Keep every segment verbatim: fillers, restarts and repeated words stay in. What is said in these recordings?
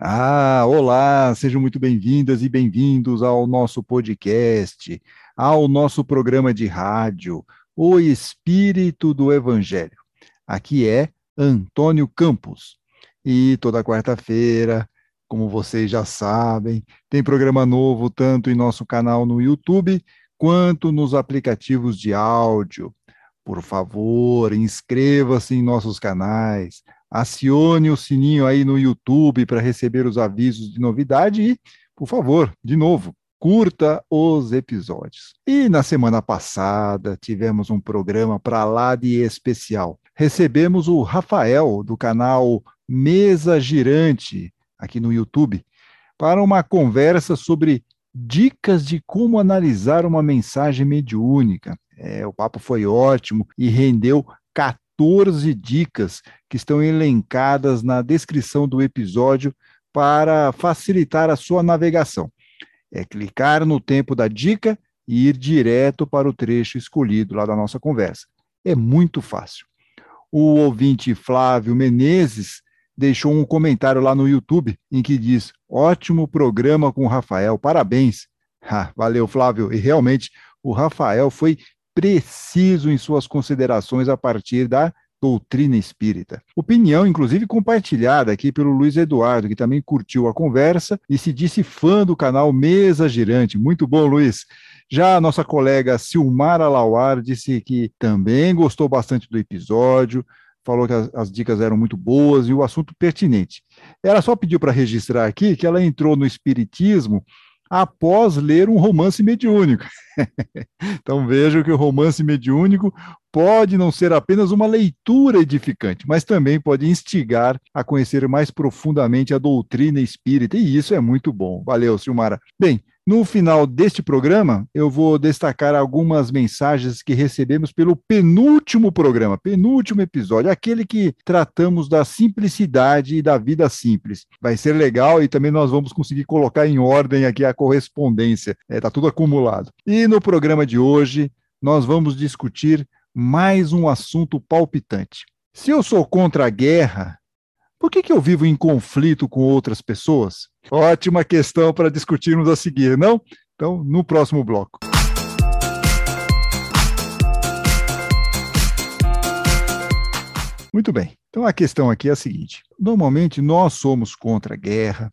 Ah, olá, sejam muito bem-vindas e bem-vindos ao nosso podcast, ao nosso programa de rádio, O Espírito do Evangelho. Aqui é Antônio Campos e toda quarta-feira, como vocês já sabem, tem programa novo tanto em nosso canal no YouTube quanto nos aplicativos de áudio. Por favor, inscreva-se em nossos canais, acione o sininho aí no YouTube para receber os avisos de novidade e, por favor, de novo, curta os episódios. E na semana passada tivemos um programa para lá de especial. Recebemos o Rafael do canal Mesa Girante aqui no YouTube para uma conversa sobre dicas de como analisar uma mensagem mediúnica. É, o papo foi ótimo e rendeu quatorze dicas que estão elencadas na descrição do episódio para facilitar a sua navegação. É clicar no tempo da dica e ir direto para o trecho escolhido lá da nossa conversa. É muito fácil. O ouvinte Flávio Menezes deixou um comentário lá no YouTube em que diz: ótimo programa com o Rafael, parabéns. Ah, valeu, Flávio. E realmente o Rafael foi preciso em suas considerações a partir da doutrina espírita. Opinião, inclusive, compartilhada aqui pelo Luiz Eduardo, que também curtiu a conversa e se disse fã do canal Mesa Girante. Muito bom, Luiz. Já a nossa colega Silmara Lauar disse que também gostou bastante do episódio, falou que as, as dicas eram muito boas e o assunto pertinente. Ela só pediu para registrar aqui que ela entrou no espiritismo após ler um romance mediúnico. Então vejo que o romance mediúnico pode não ser apenas uma leitura edificante, mas também pode instigar a conhecer mais profundamente a doutrina espírita, e isso é muito bom. Valeu, Silmara. Bem, no final deste programa, eu vou destacar algumas mensagens que recebemos pelo penúltimo programa, penúltimo episódio, aquele que tratamos da simplicidade e da vida simples. Vai ser legal e também nós vamos conseguir colocar em ordem aqui a correspondência. Está tudo acumulado. E no programa de hoje, nós vamos discutir mais um assunto palpitante. Se eu sou contra a guerra, por que que eu vivo em conflito com outras pessoas? Ótima questão para discutirmos a seguir, não? Então, no próximo bloco. Muito bem. Então, a questão aqui é a seguinte: normalmente nós somos contra a guerra,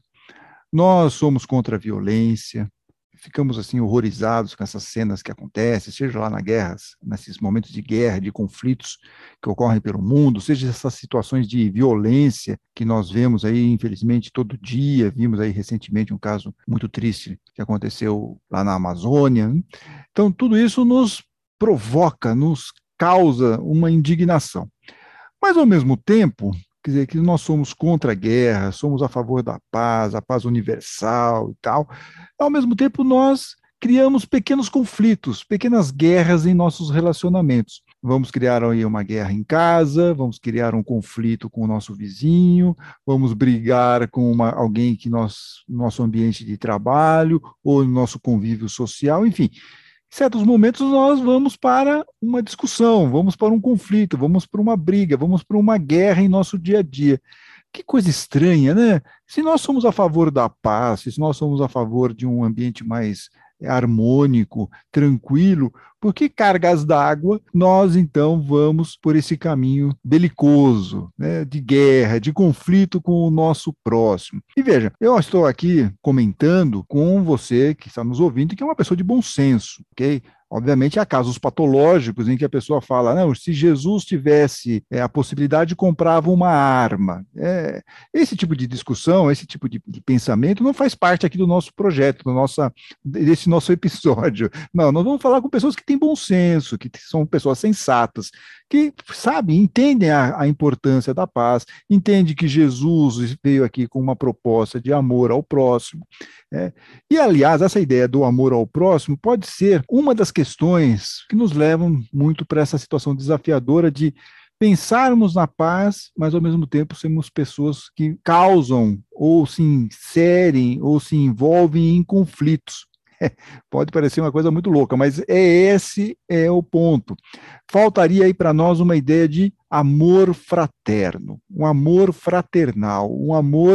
nós somos contra a violência, ficamos assim horrorizados com essas cenas que acontecem, seja lá na guerra, nesses momentos de guerra, de conflitos que ocorrem pelo mundo, seja essas situações de violência que nós vemos aí, infelizmente, todo dia. Vimos aí recentemente um caso muito triste que aconteceu lá na Amazônia. Então, tudo isso nos provoca, nos causa uma indignação. Mas, ao mesmo tempo, quer dizer, que nós somos contra a guerra, somos a favor da paz, a paz universal e tal. Ao mesmo tempo, nós criamos pequenos conflitos, pequenas guerras em nossos relacionamentos. Vamos criar aí uma guerra em casa, vamos criar um conflito com o nosso vizinho, vamos brigar com uma, alguém que nós, no nosso ambiente de trabalho ou no nosso convívio social, enfim. Em certos momentos nós vamos para uma discussão, vamos para um conflito, vamos para uma briga, vamos para uma guerra em nosso dia a dia. Que coisa estranha, né? Se nós somos a favor da paz, se nós somos a favor de um ambiente mais harmônico, tranquilo, por que cargas d'água nós então vamos por esse caminho belicoso, né, de guerra, de conflito com o nosso próximo? E veja, eu estou aqui comentando com você que está nos ouvindo, que é uma pessoa de bom senso, ok? Obviamente, há casos patológicos em que a pessoa fala: não, se Jesus tivesse é, a possibilidade, comprava uma arma. É, esse tipo de discussão, esse tipo de, de pensamento não faz parte aqui do nosso projeto, do nossa, desse nosso episódio. Não, nós vamos falar com pessoas que têm bom senso, que são pessoas sensatas, que, sabe, entendem a, a importância da paz, entendem que Jesus veio aqui com uma proposta de amor ao próximo. É. E, aliás, essa ideia do amor ao próximo pode ser uma das questões que nos levam muito para essa situação desafiadora de pensarmos na paz, mas, ao mesmo tempo, sermos pessoas que causam ou se inserem ou se envolvem em conflitos. Pode parecer uma coisa muito louca, mas é esse é o ponto. Faltaria aí para nós uma ideia de amor fraterno, um amor fraternal, um amor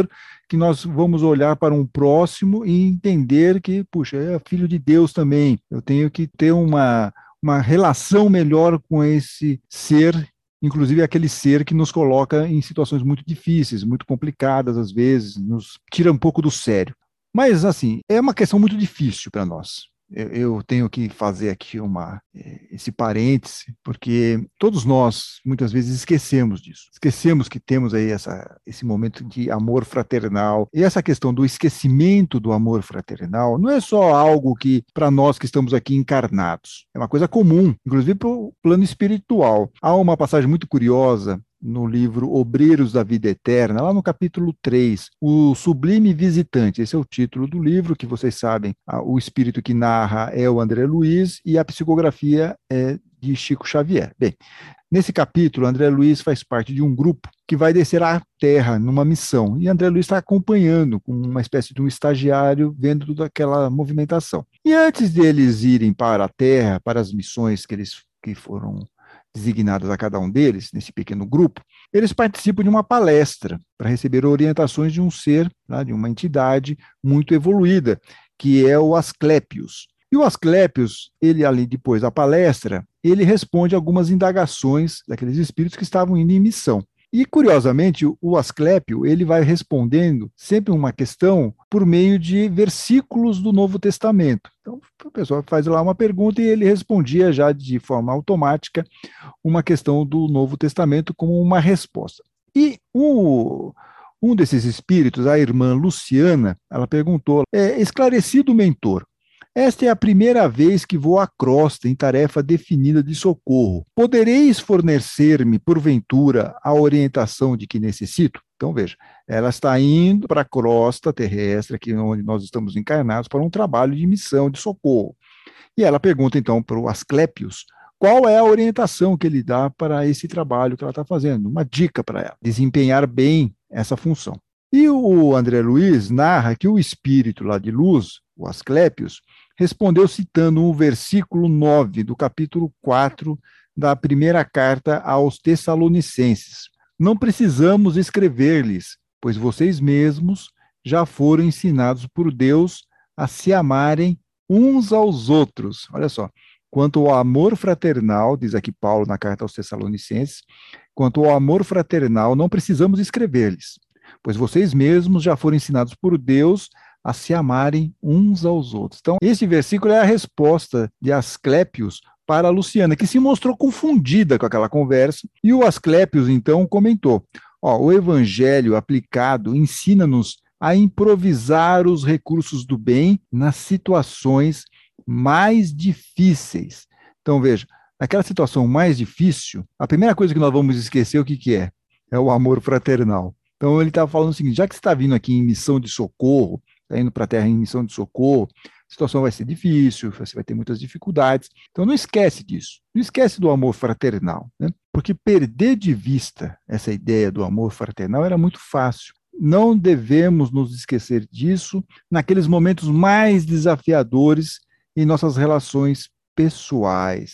que nós vamos olhar para um próximo e entender que, puxa, é filho de Deus também. Eu tenho que ter uma, uma relação melhor com esse ser, inclusive aquele ser que nos coloca em situações muito difíceis, muito complicadas às vezes, nos tira um pouco do sério. Mas, assim, é uma questão muito difícil para nós. Eu, eu tenho que fazer aqui uma, esse parêntese, porque todos nós, muitas vezes, esquecemos disso. Esquecemos que temos aí essa, esse momento de amor fraternal. E essa questão do esquecimento do amor fraternal não é só algo que, para nós que estamos aqui encarnados, é uma coisa comum, inclusive para o plano espiritual. Há uma passagem muito curiosa no livro Obreiros da Vida Eterna, lá no capítulo três, O Sublime Visitante. Esse é o título do livro, que vocês sabem, o espírito que narra é o André Luiz e a psicografia é de Chico Xavier. Bem, nesse capítulo, André Luiz faz parte de um grupo que vai descer à Terra numa missão, e André Luiz está acompanhando, como uma espécie de um estagiário, vendo toda aquela movimentação. E antes deles irem para a Terra, para as missões que eles que foram designadas a cada um deles, nesse pequeno grupo, eles participam de uma palestra para receber orientações de um ser, tá, de uma entidade muito evoluída, que é o Asclépios. E o Asclépios, ele ali depois da palestra, ele responde algumas indagações daqueles espíritos que estavam indo em missão. E, curiosamente, o Asclépio, ele vai respondendo sempre uma questão por meio de versículos do Novo Testamento. Então, o pessoal faz lá uma pergunta e ele respondia já de forma automática uma questão do Novo Testamento como uma resposta. E o, um desses espíritos, a irmã Luciana, ela perguntou, é, esclarecido mentor, esta é a primeira vez que vou à crosta em tarefa definida de socorro. Podereis fornecer-me, porventura, a orientação de que necessito? Então, veja, ela está indo para a crosta terrestre, aqui onde nós estamos encarnados, para um trabalho de missão, de socorro. E ela pergunta, então, para o Asclépios, qual é a orientação que ele dá para esse trabalho que ela está fazendo? Uma dica para ela, desempenhar bem essa função. E o André Luiz narra que o espírito lá de luz, o Asclépios, respondeu citando o versículo nove do capítulo quatro da primeira carta aos Tessalonicenses. Não precisamos escrever-lhes, pois vocês mesmos já foram ensinados por Deus a se amarem uns aos outros. Olha só, quanto ao amor fraternal, diz aqui Paulo na carta aos Tessalonicenses, quanto ao amor fraternal, não precisamos escrever-lhes, pois vocês mesmos já foram ensinados por Deus a se amarem uns aos outros. Então, esse versículo é a resposta de Asclépios para a Luciana, que se mostrou confundida com aquela conversa, e o Asclépios, então, comentou, ó, o evangelho aplicado ensina-nos a improvisar os recursos do bem nas situações mais difíceis. Então, veja, naquela situação mais difícil, a primeira coisa que nós vamos esquecer, o que, que é? É o amor fraternal. Então, ele está falando o seguinte, já que você está vindo aqui em missão de socorro, está indo para a Terra em missão de socorro, a situação vai ser difícil, você vai ter muitas dificuldades. Então, não esquece disso. Não esquece do amor fraternal, né? Porque perder de vista essa ideia do amor fraternal era muito fácil. Não devemos nos esquecer disso naqueles momentos mais desafiadores em nossas relações pessoais.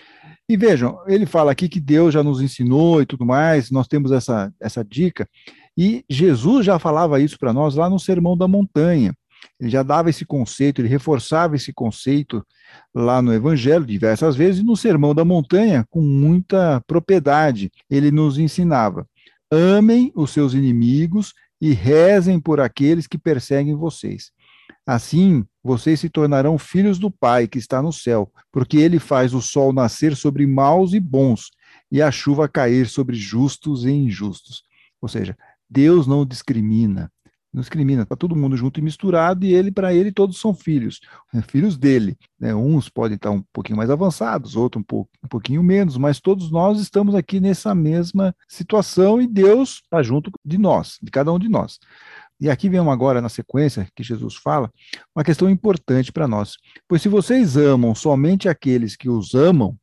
E vejam, ele fala aqui que Deus já nos ensinou e tudo mais, nós temos essa, essa dica, e Jesus já falava isso para nós lá no Sermão da Montanha. Ele já dava esse conceito, ele reforçava esse conceito lá no Evangelho diversas vezes, e no Sermão da Montanha, com muita propriedade, ele nos ensinava: amem os seus inimigos e rezem por aqueles que perseguem vocês. Assim, vocês se tornarão filhos do Pai que está no céu, porque ele faz o sol nascer sobre maus e bons, e a chuva cair sobre justos e injustos. Ou seja, Deus não discrimina, não discrimina, está todo mundo junto e misturado, e ele, para ele, todos são filhos, filhos dele. Né? Uns podem estar um pouquinho mais avançados, outros um, pouco, um pouquinho menos, mas todos nós estamos aqui nessa mesma situação, e Deus está junto de nós, de cada um de nós. E aqui vem agora, na sequência, que Jesus fala, uma questão importante para nós. Pois se vocês amam somente aqueles que os amam,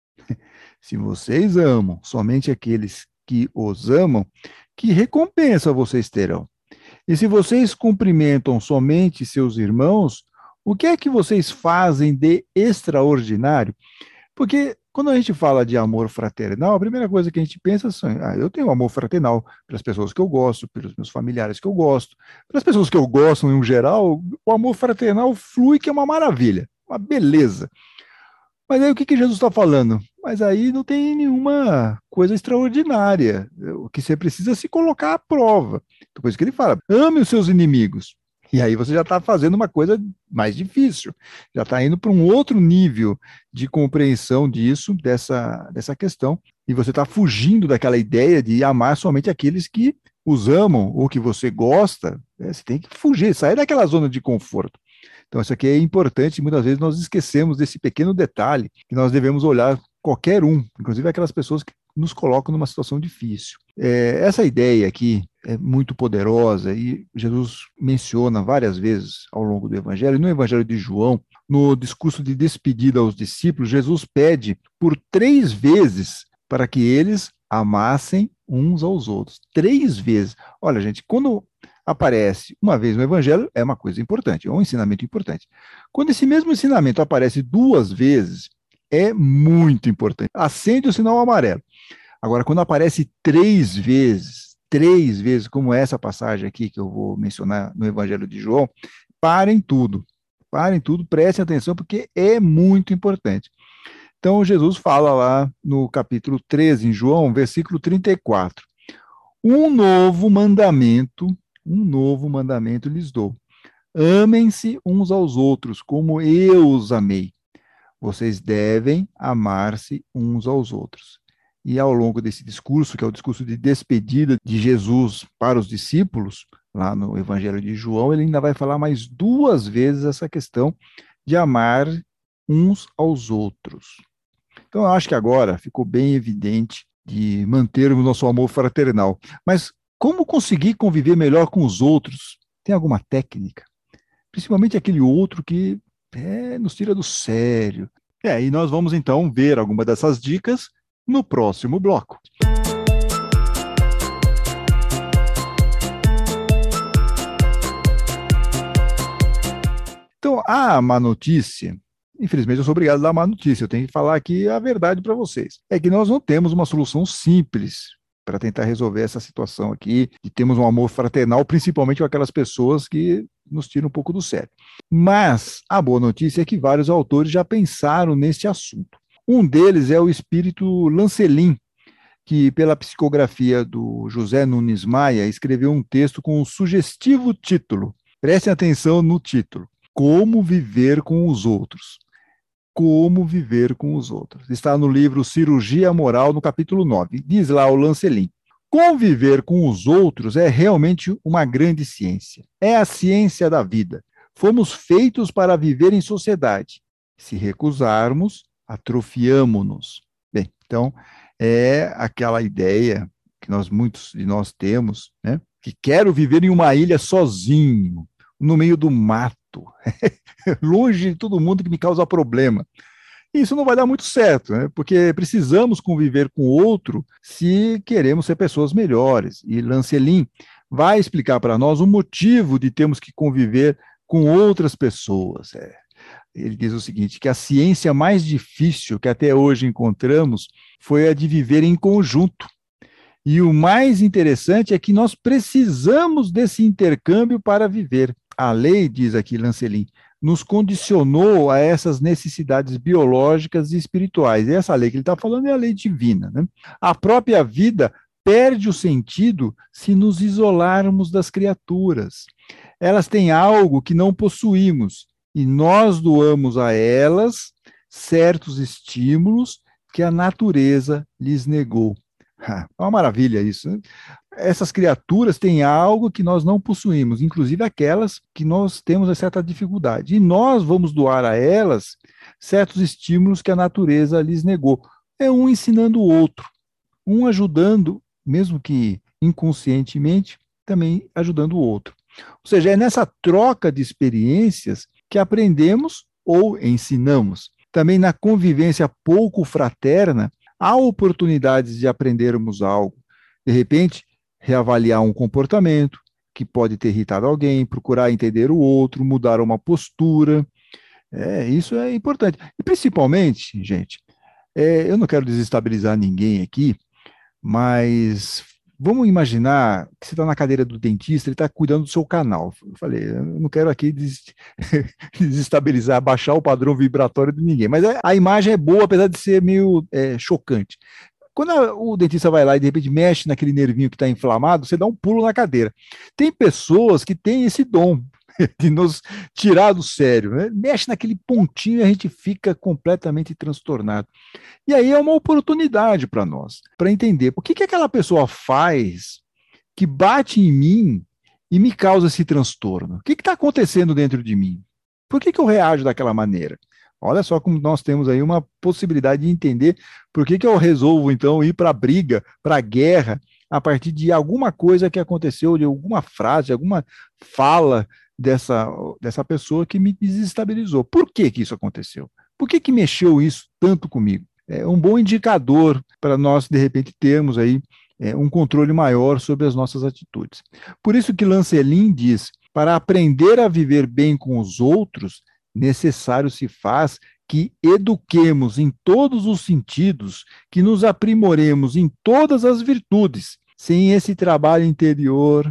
se vocês amam somente aqueles que os amam, que recompensa vocês terão? E se vocês cumprimentam somente seus irmãos, o que é que vocês fazem de extraordinário? Porque quando a gente fala de amor fraternal, a primeira coisa que a gente pensa é, ah, eu tenho amor fraternal pelas pessoas que eu gosto, pelos meus familiares que eu gosto, pelas pessoas que eu gosto em geral, o amor fraternal flui que é uma maravilha, uma beleza. Mas aí o que, que Jesus está falando? Mas aí não tem nenhuma coisa extraordinária. O que você precisa é se colocar à prova. Então, por isso que ele fala, ame os seus inimigos. E aí você já está fazendo uma coisa mais difícil. Já está indo para um outro nível de compreensão disso, dessa, dessa questão. E você está fugindo daquela ideia de amar somente aqueles que os amam ou que você gosta. Né? Você tem que fugir, sair daquela zona de conforto. Então, isso aqui é importante, muitas vezes nós esquecemos desse pequeno detalhe, que nós devemos olhar qualquer um, inclusive aquelas pessoas que nos colocam numa situação difícil. É, essa ideia aqui é muito poderosa e Jesus menciona várias vezes ao longo do Evangelho, e no Evangelho de João, no discurso de despedida aos discípulos, Jesus pede por três vezes para que eles amassem uns aos outros. Três vezes. Olha, gente, quando aparece uma vez no Evangelho, é uma coisa importante, é um ensinamento importante. Quando esse mesmo ensinamento aparece duas vezes, é muito importante. Acende o sinal amarelo. Agora, quando aparece três vezes, três vezes, como essa passagem aqui que eu vou mencionar no Evangelho de João, parem tudo. Parem tudo, prestem atenção, porque é muito importante. Então, Jesus fala lá no capítulo treze, em João, versículo trinta e quatro. Um novo mandamento Um novo mandamento lhes dou. Amem-se uns aos outros, como eu os amei. Vocês devem amar-se uns aos outros. E ao longo desse discurso, que é o discurso de despedida de Jesus para os discípulos, lá no Evangelho de João, ele ainda vai falar mais duas vezes essa questão de amar uns aos outros. Então, eu acho que agora ficou bem evidente de mantermos nosso amor fraternal. Mas como conseguir conviver melhor com os outros? Tem alguma técnica? Principalmente aquele outro que é, nos tira do sério. É, e nós vamos então ver alguma dessas dicas no próximo bloco. Então, a má notícia, infelizmente eu sou obrigado a dar má notícia, eu tenho que falar aqui a verdade para vocês, é que nós não temos uma solução simples para tentar resolver essa situação aqui, e temos um amor fraternal, principalmente com aquelas pessoas que nos tiram um pouco do sério. Mas a boa notícia é que vários autores já pensaram nesse assunto. Um deles é o espírito Lancelin, que pela psicografia do José Nunes Maia, escreveu um texto com um sugestivo título. Prestem atenção no título. Como viver com os outros. Como viver com os outros. Está no livro Cirurgia Moral, no capítulo nove. Diz lá o Lancelin: conviver com os outros é realmente uma grande ciência. É a ciência da vida. Fomos feitos para viver em sociedade. Se recusarmos, atrofiamo-nos. Bem, então, é aquela ideia que nós, muitos de nós temos, né? Que quero viver em uma ilha sozinho, no meio do mato, longe de todo mundo que me causa problema. Isso não vai dar muito certo, né? Porque precisamos conviver com o outro se queremos ser pessoas melhores. E Lancelin vai explicar para nós o motivo de termos que conviver com outras pessoas. É. Ele diz o seguinte, que a ciência mais difícil que até hoje encontramos foi a de viver em conjunto. E o mais interessante é que nós precisamos desse intercâmbio para viver. A lei, diz aqui Lancelin, nos condicionou a essas necessidades biológicas e espirituais. E essa lei que ele está falando é a lei divina. Né? A própria vida perde o sentido se nos isolarmos das criaturas. Elas têm algo que não possuímos e nós doamos a elas certos estímulos que a natureza lhes negou. É uma maravilha isso, né? Essas criaturas têm algo que nós não possuímos, inclusive aquelas que nós temos uma certa dificuldade. E nós vamos doar a elas certos estímulos que a natureza lhes negou. É um ensinando o outro, um ajudando, mesmo que inconscientemente, também ajudando o outro. Ou seja, é nessa troca de experiências que aprendemos ou ensinamos. Também na convivência pouco fraterna, há oportunidades de aprendermos algo. De repente, reavaliar um comportamento que pode ter irritado alguém, procurar entender o outro, mudar uma postura. É, isso é importante. E principalmente, gente, É, eu não quero desestabilizar ninguém aqui, mas vamos imaginar que você está na cadeira do dentista, ele está cuidando do seu canal. Eu falei, eu não quero aqui des- desestabilizar, baixar o padrão vibratório de ninguém, mas a, a imagem é boa, apesar de ser meio é, chocante. Quando a- o dentista vai lá e de repente mexe naquele nervinho que está inflamado, você dá um pulo na cadeira. Tem pessoas que têm esse dom de nos tirar do sério, né? Mexe naquele pontinho e a gente fica completamente transtornado. E aí é uma oportunidade para nós, para entender o que, que aquela pessoa faz que bate em mim e me causa esse transtorno. O que está acontecendo dentro de mim? Por que, que eu reajo daquela maneira? Olha só como nós temos aí uma possibilidade de entender por que, que eu resolvo, então, ir para a briga, para a guerra, a partir de alguma coisa que aconteceu, de alguma frase, de alguma fala dessa, dessa pessoa que me desestabilizou. Por que, que isso aconteceu? Por que, que mexeu isso tanto comigo? É um bom indicador para nós, de repente, termos aí é, um controle maior sobre as nossas atitudes. Por isso que Lancelin diz: para aprender a viver bem com os outros, necessário se faz que eduquemos em todos os sentidos, que nos aprimoremos em todas as virtudes. Sem esse trabalho interior,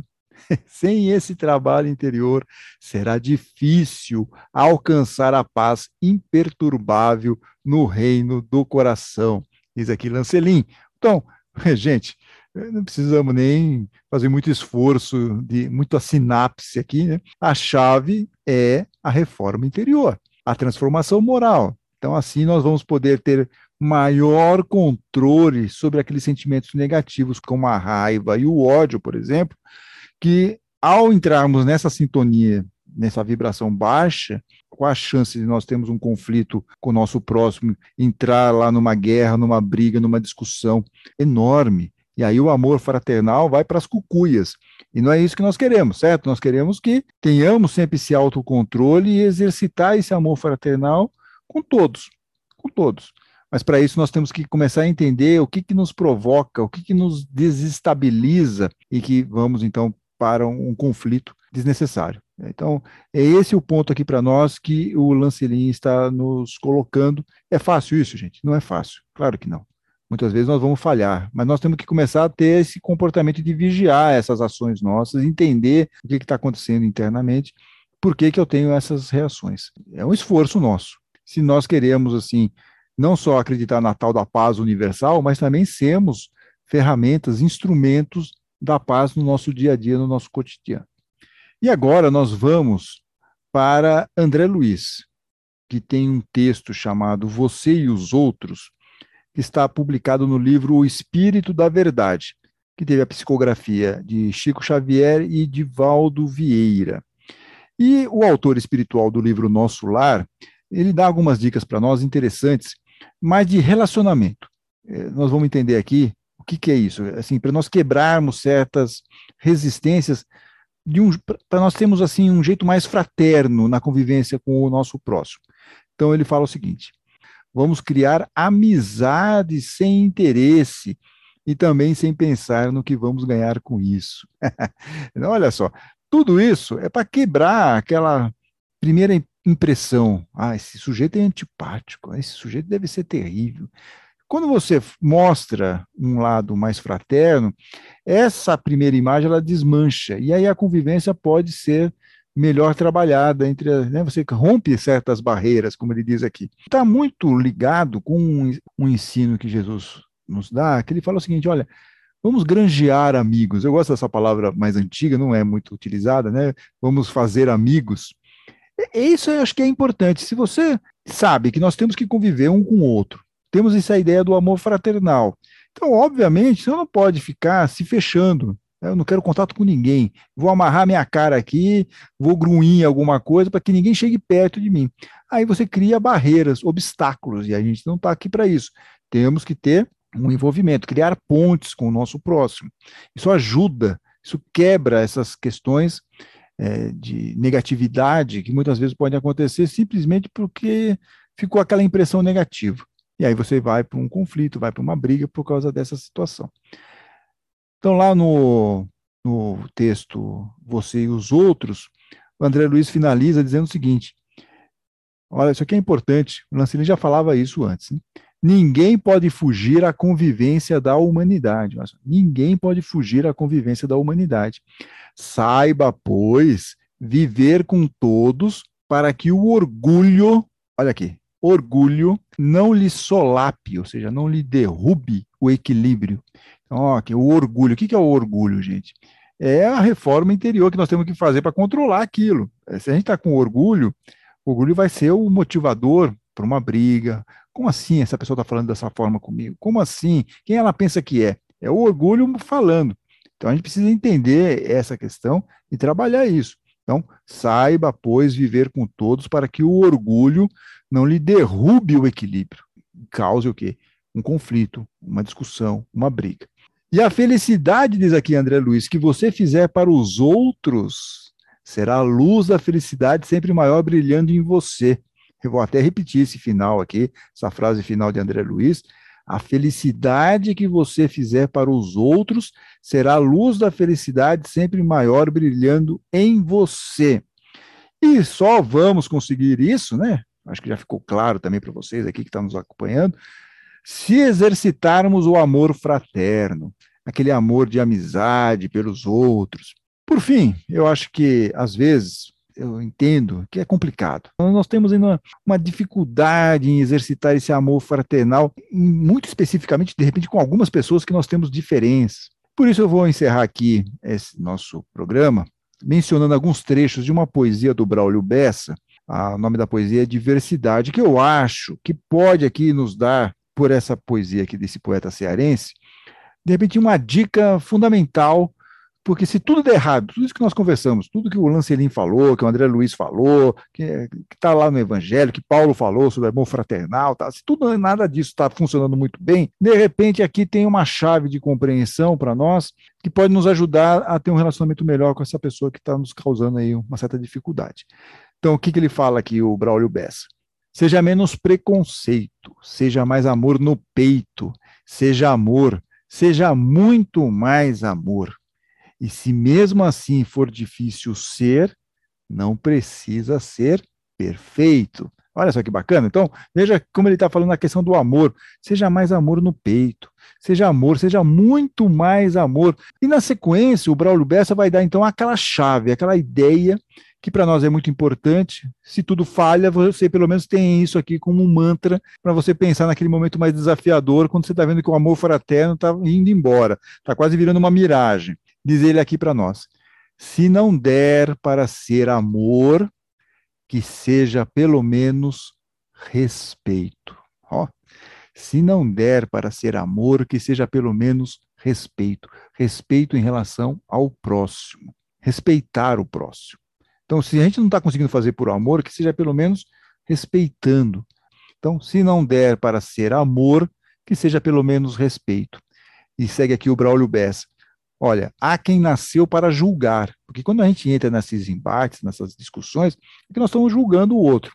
sem esse trabalho interior, será difícil alcançar a paz imperturbável no reino do coração. Diz aqui Lancelin. Então, gente, não precisamos nem fazer muito esforço, de muita sinapse aqui, né? A chave é a reforma interior, a transformação moral. Então, assim, nós vamos poder ter maior controle sobre aqueles sentimentos negativos, como a raiva e o ódio, por exemplo, que ao entrarmos nessa sintonia, nessa vibração baixa, qual a chance de nós termos um conflito com o nosso próximo, entrar lá numa guerra, numa briga, numa discussão enorme? E aí o amor fraternal vai para as cucuias. E não é isso que nós queremos, certo? Nós queremos que tenhamos sempre esse autocontrole e exercitar esse amor fraternal com todos, com todos. Mas para isso nós temos que começar a entender o que, que nos provoca, o que, que nos desestabiliza e que vamos então para um, um conflito desnecessário. Então, é esse o ponto aqui para nós que o Lancelin está nos colocando. É fácil isso, gente? Não é fácil. Claro que não. Muitas vezes nós vamos falhar, mas nós temos que começar a ter esse comportamento de vigiar essas ações nossas, entender o que está acontecendo internamente, por que, que eu tenho essas reações. É um esforço nosso. Se nós queremos, assim, não só acreditar na tal da paz universal, mas também sermos ferramentas, instrumentos da paz no nosso dia a dia, no nosso cotidiano. E agora nós vamos para André Luiz, que tem um texto chamado Você e os Outros, que está publicado no livro O Espírito da Verdade, que teve a psicografia de Chico Xavier e de Valdo Vieira. E o autor espiritual do livro Nosso Lar, ele dá algumas dicas para nós interessantes, mas de relacionamento. É, nós vamos entender aqui o que, que é isso, assim, para nós quebrarmos certas resistências um, para nós termos assim um jeito mais fraterno na convivência com o nosso próximo. Então ele fala o seguinte: vamos criar amizade sem interesse e também sem pensar no que vamos ganhar com isso. Então, olha só, tudo isso é para quebrar aquela primeira impressão. Ah, esse sujeito é antipático, esse sujeito deve ser terrível. Quando você mostra um lado mais fraterno, essa primeira imagem ela desmancha, e aí a convivência pode ser melhor trabalhada entre, né, você rompe certas barreiras, como ele diz aqui. Está muito ligado com um, um ensino que Jesus nos dá, que ele fala o seguinte: olha, vamos granjear amigos. Eu gosto dessa palavra mais antiga, não é muito utilizada, né? Vamos fazer amigos. E isso eu acho que é importante. Se você sabe que nós temos que conviver um com o outro, temos essa ideia do amor fraternal. Então, obviamente, você não pode ficar se fechando. Eu não quero contato com ninguém. Vou amarrar minha cara aqui, vou grunhir alguma coisa para que ninguém chegue perto de mim. Aí você cria barreiras, obstáculos, e a gente não está aqui para isso. Temos que ter um envolvimento, criar pontes com o nosso próximo. Isso ajuda, isso quebra essas questões é, de negatividade que muitas vezes podem acontecer simplesmente porque ficou aquela impressão negativa. E aí você vai para um conflito, vai para uma briga por causa dessa situação. Então, lá no, no texto Você e os Outros, o André Luiz finaliza dizendo o seguinte: olha, isso aqui é importante, o Lancelin já falava isso antes, né? Ninguém pode fugir à convivência da humanidade. Mas ninguém pode fugir à convivência da humanidade. Saiba, pois, viver com todos para que o orgulho, olha aqui, orgulho não lhe solape, ou seja, não lhe derrube o equilíbrio. Então, ó, aqui, o orgulho. O que é o orgulho, gente? É a reforma interior que nós temos que fazer para controlar aquilo. Se a gente está com orgulho, o orgulho vai ser o motivador para uma briga. Como assim essa pessoa está falando dessa forma comigo? Como assim? Quem ela pensa que é? É o orgulho falando. Então a gente precisa entender essa questão e trabalhar isso. Então, saiba, pois, viver com todos para que o orgulho não lhe derrube o equilíbrio. Cause o quê? Um conflito, uma discussão, uma briga. E a felicidade, diz aqui André Luiz, que você fizer para os outros, será a luz da felicidade sempre maior brilhando em você. Eu vou até repetir esse final aqui, essa frase final de André Luiz. A felicidade que você fizer para os outros será a luz da felicidade sempre maior brilhando em você. E só vamos conseguir isso, né? Acho que já ficou claro também para vocês aqui que estão nos acompanhando, se exercitarmos o amor fraterno, aquele amor de amizade pelos outros. Por fim, eu acho que, às vezes, eu entendo que é complicado. Nós temos ainda uma dificuldade em exercitar esse amor fraternal, muito especificamente, de repente, com algumas pessoas que nós temos diferenças. Por isso eu vou encerrar aqui esse nosso programa, mencionando alguns trechos de uma poesia do Braulio Bessa. O nome da poesia é Diversidade, que eu acho que pode aqui nos dar, por essa poesia aqui desse poeta cearense, de repente uma dica fundamental, porque se tudo der errado, tudo isso que nós conversamos, tudo que o Lancelin falou, que o André Luiz falou, que está lá no Evangelho, que Paulo falou sobre amor fraternal, tá, se tudo nada disso está funcionando muito bem, de repente aqui tem uma chave de compreensão para nós que pode nos ajudar a ter um relacionamento melhor com essa pessoa que está nos causando aí uma certa dificuldade. Então, o que, que ele fala aqui, o Braulio Bessa? Seja menos preconceito, seja mais amor no peito, seja amor, seja muito mais amor. E se mesmo assim for difícil ser, não precisa ser perfeito. Olha só que bacana. Então, veja como ele está falando na questão do amor. Seja mais amor no peito. Seja amor, seja muito mais amor. E na sequência, o Braulio Bessa vai dar então aquela chave, aquela ideia que para nós é muito importante. Se tudo falha, você pelo menos tem isso aqui como um mantra para você pensar naquele momento mais desafiador, quando você está vendo que o amor fraterno está indo embora, está quase virando uma miragem. Diz ele aqui para nós: se não der para ser amor, que seja pelo menos respeito. Ó, se não der para ser amor, que seja pelo menos respeito. Respeito em relação ao próximo. Respeitar o próximo. Então, se a gente não está conseguindo fazer por amor, que seja pelo menos respeitando. Então, se não der para ser amor, que seja pelo menos respeito. E segue aqui o Braulio Bessa. Olha, há quem nasceu para julgar, porque quando a gente entra nesses embates, nessas discussões, é que nós estamos julgando o outro.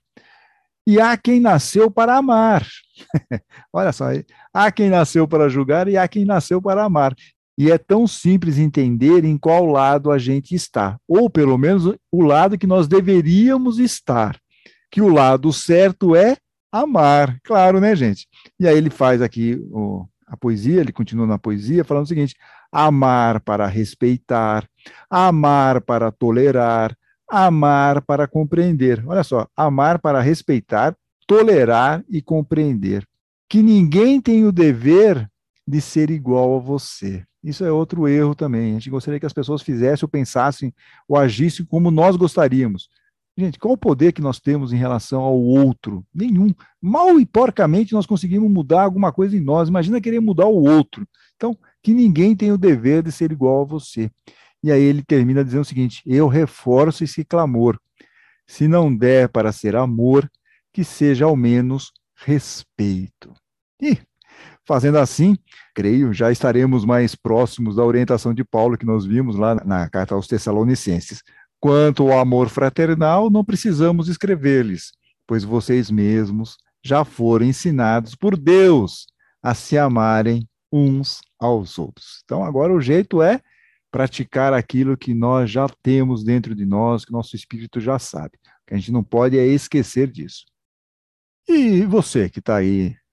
E há quem nasceu para amar. Olha só, há quem nasceu para julgar e há quem nasceu para amar. E é tão simples entender em qual lado a gente está, ou pelo menos o lado que nós deveríamos estar, que o lado certo é amar, claro, né, gente? E aí ele faz aqui o, a poesia, ele continua na poesia falando o seguinte: amar para respeitar, amar para tolerar, amar para compreender. Olha só, amar para respeitar, tolerar e compreender. Que ninguém tem o dever de ser igual a você. Isso é outro erro também. A gente gostaria que as pessoas fizessem ou pensassem ou agissem como nós gostaríamos. Gente, qual o poder que nós temos em relação ao outro? Nenhum. Mal e porcamente nós conseguimos mudar alguma coisa em nós. Imagina querer mudar o outro. Então, que ninguém tem o dever de ser igual a você. E aí ele termina dizendo o seguinte: eu reforço esse clamor. Se não der para ser amor, que seja ao menos respeito. E, fazendo assim, creio, já estaremos mais próximos da orientação de Paulo que nós vimos lá na carta aos Tessalonicenses. Quanto ao amor fraternal, não precisamos escrever-lhes, pois vocês mesmos já foram ensinados por Deus a se amarem uns aos outros. Então, agora o jeito é praticar aquilo que nós já temos dentro de nós, que nosso espírito já sabe. O que a gente não pode é esquecer disso. E você que está aí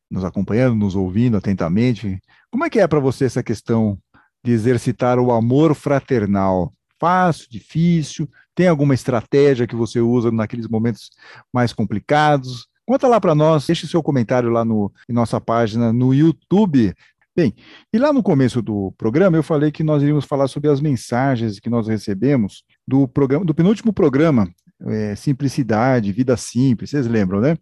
nos acompanhando, nos ouvindo atentamente. Como é que é para você essa questão de exercitar o amor fraternal? Fácil, difícil? Tem alguma estratégia que você usa naqueles momentos mais complicados? Conta lá para nós, deixe seu comentário lá no, em nossa página no YouTube. Bem, e lá no começo do programa eu falei que nós iríamos falar sobre as mensagens que nós recebemos do programa, do penúltimo programa, é, Simplicidade, Vida Simples, vocês lembram, né?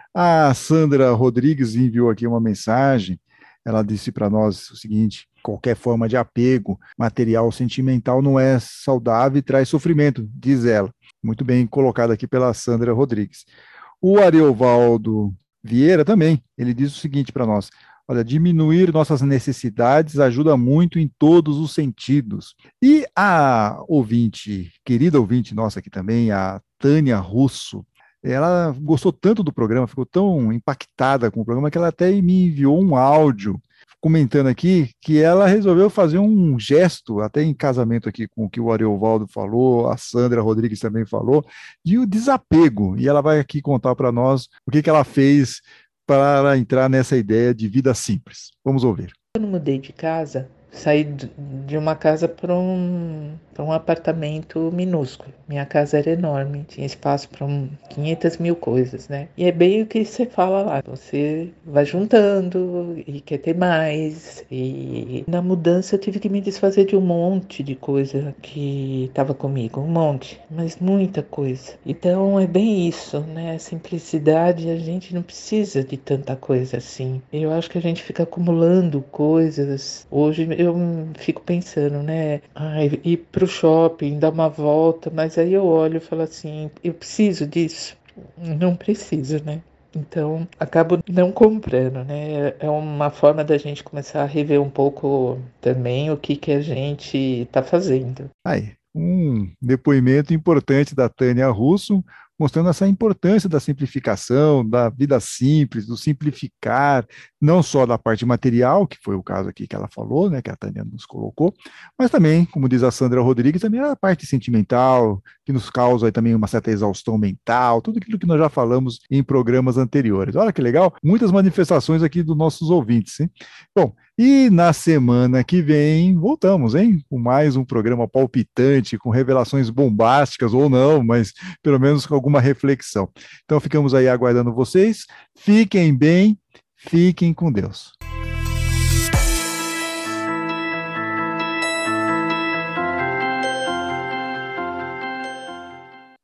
A Sandra Rodrigues enviou aqui uma mensagem. Ela disse para nós o seguinte: qualquer forma de apego material ou sentimental não é saudável e traz sofrimento, diz ela. Muito bem colocado aqui pela Sandra Rodrigues. O Ariovaldo Vieira também, ele diz o seguinte para nós: olha, diminuir nossas necessidades ajuda muito em todos os sentidos. E a ouvinte, querida ouvinte nossa aqui também, a Tânia Russo, ela gostou tanto do programa, ficou tão impactada com o programa que ela até me enviou um áudio comentando aqui que ela resolveu fazer um gesto, até em casamento aqui com o que o Ariovaldo falou, a Sandra Rodrigues também falou, de o desapego. E ela vai aqui contar para nós o que, que ela fez para entrar nessa ideia de vida simples. Vamos ouvir. Quando mudei de casa, saí de uma casa para um, para um apartamento minúsculo. Minha casa era enorme, tinha espaço para um, quinhentas mil coisas, né? E é bem o que você fala lá, você vai juntando e quer ter mais. E na mudança eu tive que me desfazer de um monte de coisa que estava comigo, um monte, mas muita coisa. Então é bem isso, né? Simplicidade, a gente não precisa de tanta coisa assim. Eu acho que a gente fica acumulando coisas. Hoje eu fico pensando, né? Ai, ir pro shopping, dar uma volta, mas aí eu olho e falo assim, eu preciso disso? Não preciso, né? Então, acabo não comprando, né? É uma forma da gente começar a rever um pouco também o que, que a gente está fazendo. Aí, um depoimento importante da Tânia Russo, mostrando essa importância da simplificação, da vida simples, do simplificar, não só da parte material, que foi o caso aqui que ela falou, né, que a Tânia nos colocou, mas também, como diz a Sandra Rodrigues, também a parte sentimental, que nos causa aí também uma certa exaustão mental, tudo aquilo que nós já falamos em programas anteriores. Olha que legal, muitas manifestações aqui dos nossos ouvintes, hein? Bom, e na semana que vem, voltamos, hein? Com mais um programa palpitante, com revelações bombásticas ou não, mas pelo menos com alguma reflexão. Então ficamos aí aguardando vocês. Fiquem bem, fiquem com Deus.